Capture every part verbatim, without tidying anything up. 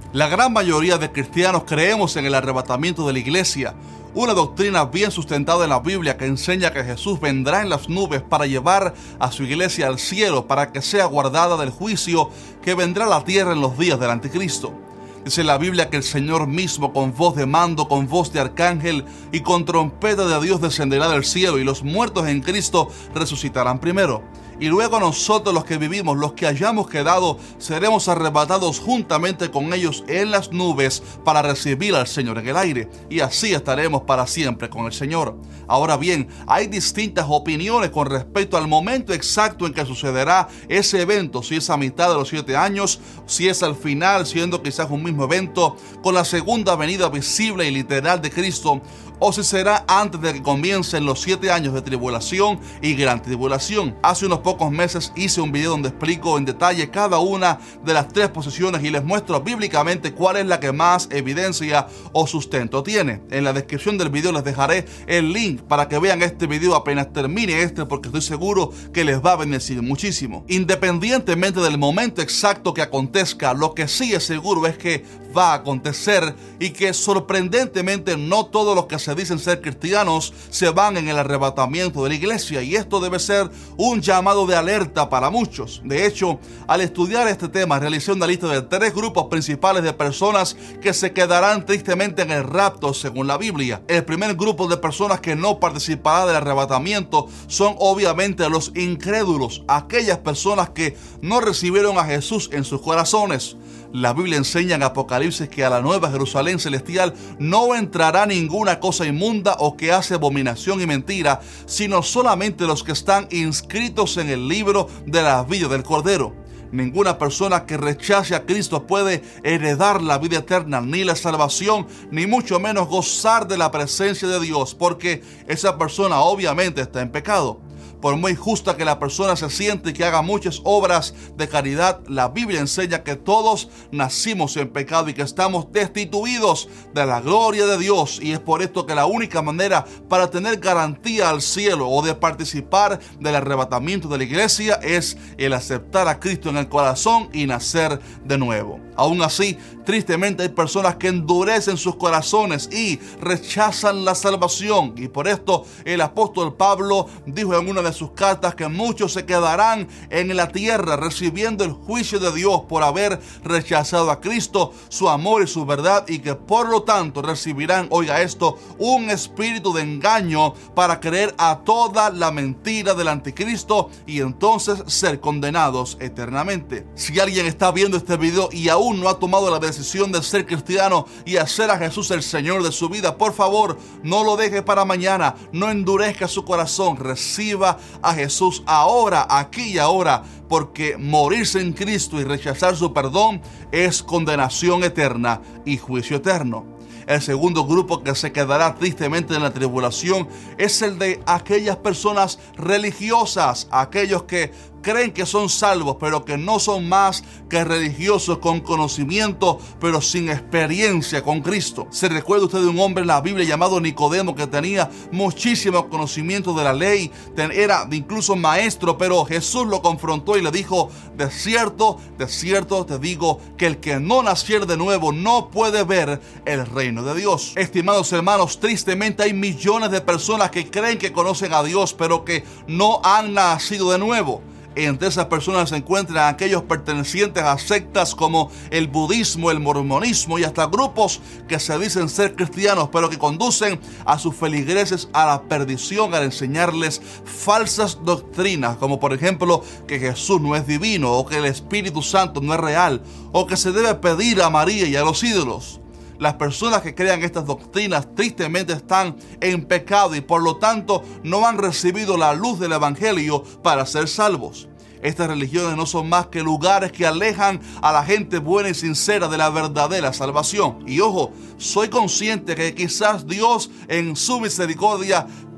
La gran mayoría de cristianos creemos en el arrebatamiento de la iglesia, una doctrina bien sustentada en la Biblia que enseña que Jesús vendrá en las nubes para llevar a su iglesia al cielo para que sea guardada del juicio que vendrá a la tierra en los días del anticristo. Dice la Biblia que el Señor mismo, con voz de mando, con voz de arcángel y con trompeta de Dios, descenderá del cielo, y los muertos en Cristo resucitarán primero. Y luego nosotros, los que vivimos, los que hayamos quedado, seremos arrebatados juntamente con ellos en las nubes para recibir al Señor en el aire. Y así estaremos para siempre con el Señor. Ahora bien, hay distintas opiniones con respecto al momento exacto en que sucederá ese evento. Si es a mitad de los siete años, si es al final, siendo quizás un mismo evento, con la segunda venida visible y literal de Cristo, o si será antes de que comiencen los siete años de tribulación y gran tribulación. Hace unos pocos meses hice un video donde explico en detalle cada una de las tres posiciones y les muestro bíblicamente cuál es la que más evidencia o sustento tiene. En la descripción del video les dejaré el link para que vean este video apenas termine este, porque estoy seguro que les va a bendecir muchísimo. Independientemente del momento exacto que acontezca, lo que sí es seguro es que va a acontecer, y que sorprendentemente no todos los que se dicen ser cristianos se van en el arrebatamiento de la iglesia, y esto debe ser un llamado de alerta para muchos. De hecho, al estudiar este tema realicé una lista de tres grupos principales de personas que se quedarán tristemente en el rapto según la Biblia. El primer grupo de personas que no participará del arrebatamiento son obviamente los incrédulos, aquellas personas que no recibieron a Jesús en sus corazones. La Biblia enseña en Apocalipsis que a la nueva Jerusalén celestial no entrará ninguna cosa inmunda o que hace abominación y mentira, sino solamente los que están inscritos en el libro de la vida del Cordero. Ninguna persona que rechace a Cristo puede heredar la vida eterna, ni la salvación, ni mucho menos gozar de la presencia de Dios, porque esa persona obviamente está en pecado. Por muy justa que la persona se siente y que haga muchas obras de caridad, la Biblia enseña que todos nacimos en pecado y que estamos destituidos de la gloria de Dios. Y es por esto que la única manera para tener garantía al cielo o de participar del arrebatamiento de la iglesia es el aceptar a Cristo en el corazón y nacer de nuevo. Aún así, tristemente hay personas que endurecen sus corazones y rechazan la salvación. Y por esto el apóstol Pablo dijo en una de sus cartas que muchos se quedarán en la tierra recibiendo el juicio de Dios por haber rechazado a Cristo, su amor y su verdad, y que por lo tanto recibirán, oiga esto, un espíritu de engaño para creer a toda la mentira del anticristo y entonces ser condenados eternamente. Si alguien está viendo este video y aún no ha tomado la decisión de ser cristiano y hacer a Jesús el Señor de su vida, por favor, no lo deje para mañana, no endurezca su corazón, reciba a Jesús ahora, aquí y ahora, porque morirse en Cristo y rechazar su perdón es condenación eterna y juicio eterno. El segundo grupo que se quedará tristemente en la tribulación es el de aquellas personas religiosas, aquellos que creen que son salvos, pero que no son más que religiosos con conocimiento, pero sin experiencia con Cristo. ¿Se recuerda usted de un hombre en la Biblia llamado Nicodemo que tenía muchísimo conocimiento de la ley, era incluso maestro, pero Jesús lo confrontó y le dijo: de cierto, de cierto te digo que el que no naciere de nuevo no puede ver el reino de Dios? Estimados hermanos, tristemente hay millones de personas que creen que conocen a Dios, pero que no han nacido de nuevo. Entre esas personas se encuentran aquellos pertenecientes a sectas como el budismo, el mormonismo y hasta grupos que se dicen ser cristianos, pero que conducen a sus feligreses a la perdición al enseñarles falsas doctrinas, como por ejemplo que Jesús no es divino, o que el Espíritu Santo no es real, o que se debe pedir a María y a los ídolos. Las personas que crean estas doctrinas tristemente están en pecado y por lo tanto no han recibido la luz del Evangelio para ser salvos. Estas religiones no son más que lugares que alejan a la gente buena y sincera de la verdadera salvación. Y ojo, soy consciente que quizás Dios en su misericordia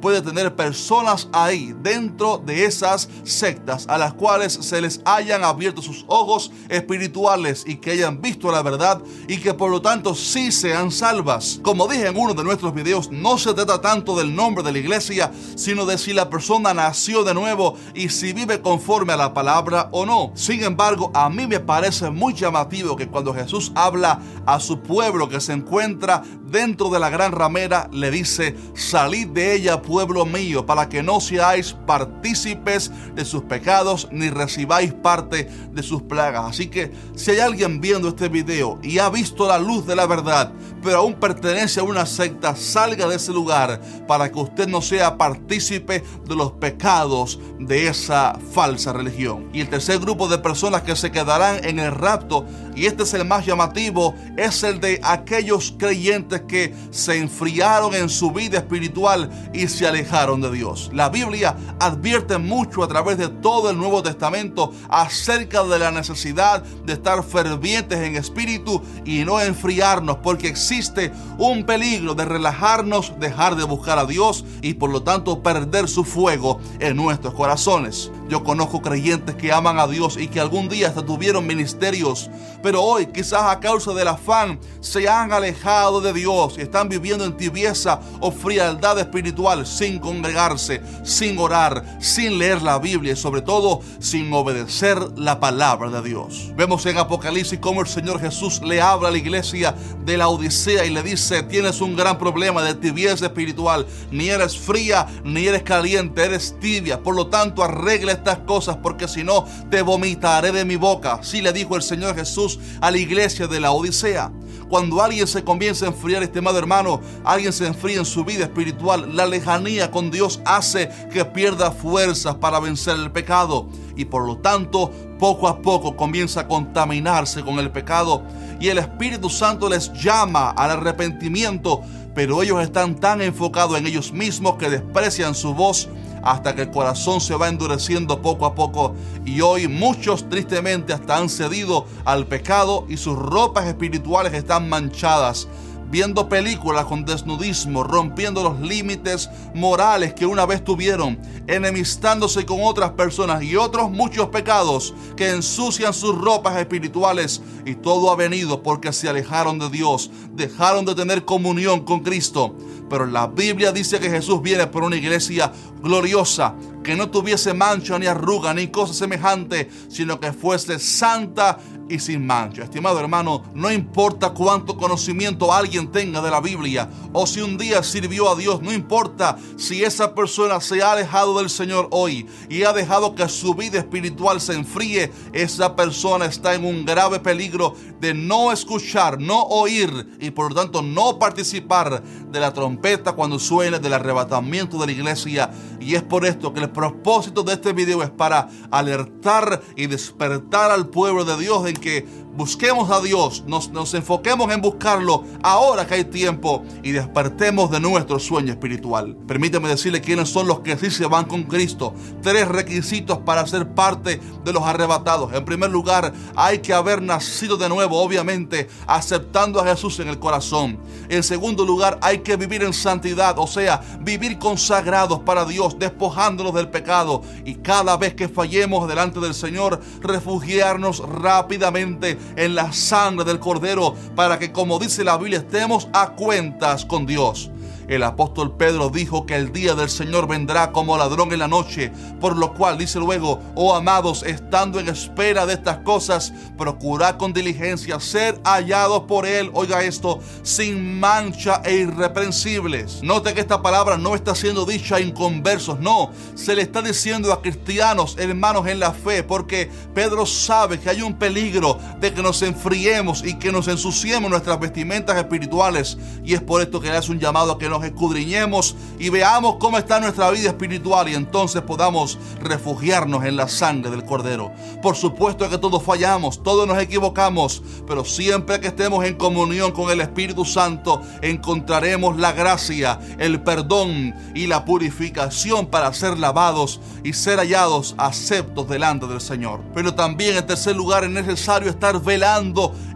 puede tener personas ahí dentro de esas sectas a las cuales se les hayan abierto sus ojos espirituales y que hayan visto la verdad y que por lo tanto sí sean salvas. Como dije en uno de nuestros videos, no se trata tanto del nombre de la iglesia, sino de si la persona nació de nuevo y si vive conforme a la palabra o no. Sin embargo, a mí me parece muy llamativo que cuando Jesús habla a su pueblo que se encuentra dentro de la gran ramera, le dice: salid de ella, pueblo mío, para que no seáis partícipes de sus pecados ni recibáis parte de sus plagas. Así que si hay alguien viendo este video y ha visto la luz de la verdad, pero aún pertenece a una secta, salga de ese lugar para que usted no sea partícipe de los pecados de esa falsa religión. Y el tercer grupo de personas que se quedarán en el rapto, y este es el más llamativo, es el de aquellos creyentes que se enfriaron en su vida espiritual y se alejaron de Dios. La Biblia advierte mucho a través de todo el Nuevo Testamento acerca de la necesidad de estar fervientes en espíritu y no enfriarnos, porque existe un peligro de relajarnos, dejar de buscar a Dios y por lo tanto perder su fuego en nuestros corazones. Yo conozco creyentes que aman a Dios y que algún día hasta tuvieron ministerios, pero hoy quizás a causa del afán se han alejado de Dios y están viviendo en tibieza o frialdad espiritual, sin congregarse, sin orar, sin leer la Biblia y sobre todo sin obedecer la palabra de Dios. Vemos en Apocalipsis cómo el Señor Jesús le habla a la iglesia de la Odisea y le dice: tienes un gran problema de tibieza espiritual, ni eres fría ni eres caliente, eres tibia, por lo tanto arregla estas cosas, porque si no te vomitaré de mi boca. Así le dijo el Señor Jesús a la iglesia de la Odisea. Cuando alguien se comienza a enfriar, estimado hermano, alguien se enfría en su vida espiritual, la lejanía con Dios hace que pierda fuerzas para vencer el pecado y por lo tanto poco a poco comienza a contaminarse con el pecado y el Espíritu Santo les llama al arrepentimiento, pero ellos están tan enfocados en ellos mismos que desprecian su voz hasta que el corazón se va endureciendo poco a poco y hoy muchos tristemente hasta han cedido al pecado y sus ropas espirituales están manchadas, viendo películas con desnudismo, rompiendo los límites morales que una vez tuvieron, enemistándose con otras personas y otros muchos pecados que ensucian sus ropas espirituales, y todo ha venido porque se alejaron de Dios, dejaron de tener comunión con Cristo. Pero la Biblia dice que Jesús viene por una iglesia gloriosa, que no tuviese mancha ni arruga ni cosa semejante, sino que fuese santa y sin mancha. Estimado hermano, no importa cuánto conocimiento alguien tenga de la Biblia o si un día sirvió a Dios, no importa si esa persona se ha alejado del Señor hoy y ha dejado que su vida espiritual se enfríe, esa persona está en un grave peligro de no escuchar, no oír y por lo tanto no participar de la trompeta cuando suene del arrebatamiento de la iglesia. Y es por esto que el propósito de este video es para alertar y despertar al pueblo de Dios en que busquemos a Dios, nos, nos enfoquemos en buscarlo ahora que hay tiempo y despertemos de nuestro sueño espiritual. Permíteme decirle quiénes son los que sí se van con Cristo. Tres requisitos para ser parte de los arrebatados. En primer lugar, hay que haber nacido de nuevo, obviamente, aceptando a Jesús en el corazón. En segundo lugar, hay que vivir en santidad, o sea, vivir consagrados para Dios, despojándonos del pecado y cada vez que fallemos delante del Señor, refugiarnos rápidamente en la sangre del Cordero para que, como dice la Biblia, estemos a cuentas con Dios. El apóstol Pedro dijo que el día del Señor vendrá como ladrón en la noche, por lo cual dice luego: oh amados, estando en espera de estas cosas, procurad con diligencia ser hallados por Él, oiga esto, sin mancha e irreprensibles. Note que esta palabra no está siendo dicha a inconversos, no, se le está diciendo a cristianos, hermanos en la fe, porque Pedro sabe que hay un peligro de que nos enfriemos y que nos ensuciemos nuestras vestimentas espirituales, y es por esto que le hace un llamado a que nos escudriñemos y veamos cómo está nuestra vida espiritual y entonces podamos refugiarnos en la sangre del Cordero. Por supuesto que todos fallamos, todos nos equivocamos, pero siempre que estemos en comunión con el Espíritu Santo encontraremos la gracia, el perdón y la purificación para ser lavados y ser hallados aceptos delante del Señor. Pero también, en tercer lugar, es necesario estar velando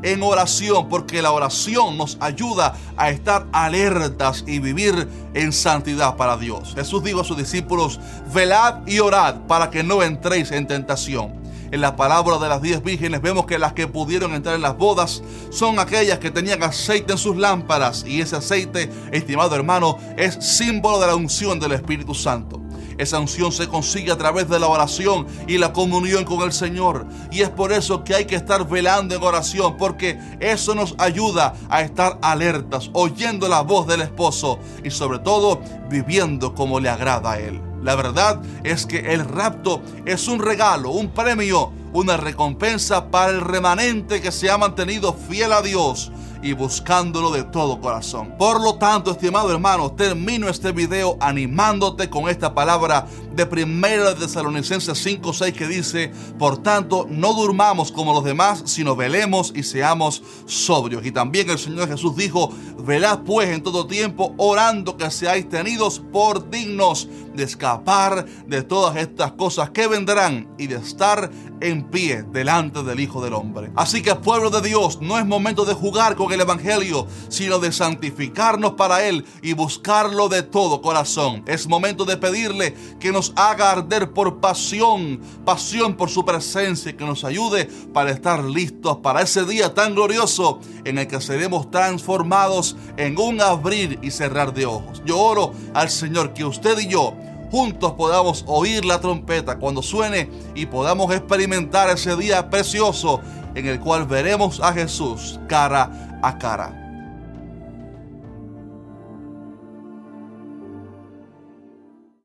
en oración, porque la oración nos ayuda a estar alertas y vivir en santidad para Dios. Jesús dijo a sus discípulos: velad y orad para que no entréis en tentación. En la parábola de las diez vírgenes vemos que las que pudieron entrar en las bodas son aquellas que tenían aceite en sus lámparas, y ese aceite, estimado hermano, es símbolo de la unción del Espíritu Santo. Esa unción se consigue a través de la oración y la comunión con el Señor, y es por eso que hay que estar velando en oración, porque eso nos ayuda a estar alertas, oyendo la voz del esposo y sobre todo viviendo como le agrada a Él. La verdad es que el rapto es un regalo, un premio, una recompensa para el remanente que se ha mantenido fiel a Dios y buscándolo de todo corazón. Por lo tanto, estimado hermano, termino este video animándote con esta palabra de Primera de Tesalonicenses cinco seis, que dice: por tanto, no durmamos como los demás, sino velemos y seamos sobrios. Y también el Señor Jesús dijo: velad pues en todo tiempo, orando que seáis tenidos por dignos de escapar de todas estas cosas que vendrán y de estar en pie delante del Hijo del Hombre. Así que, pueblo de Dios, no es momento de jugar con el Evangelio, sino de santificarnos para Él y buscarlo de todo corazón. Es momento de pedirle que nos haga arder por pasión, pasión por su presencia, y que nos ayude para estar listos para ese día tan glorioso en el que seremos transformados en un abrir y cerrar de ojos. Yo oro al Señor que usted y yo juntos podamos oír la trompeta cuando suene y podamos experimentar ese día precioso en el cual veremos a Jesús cara a cara.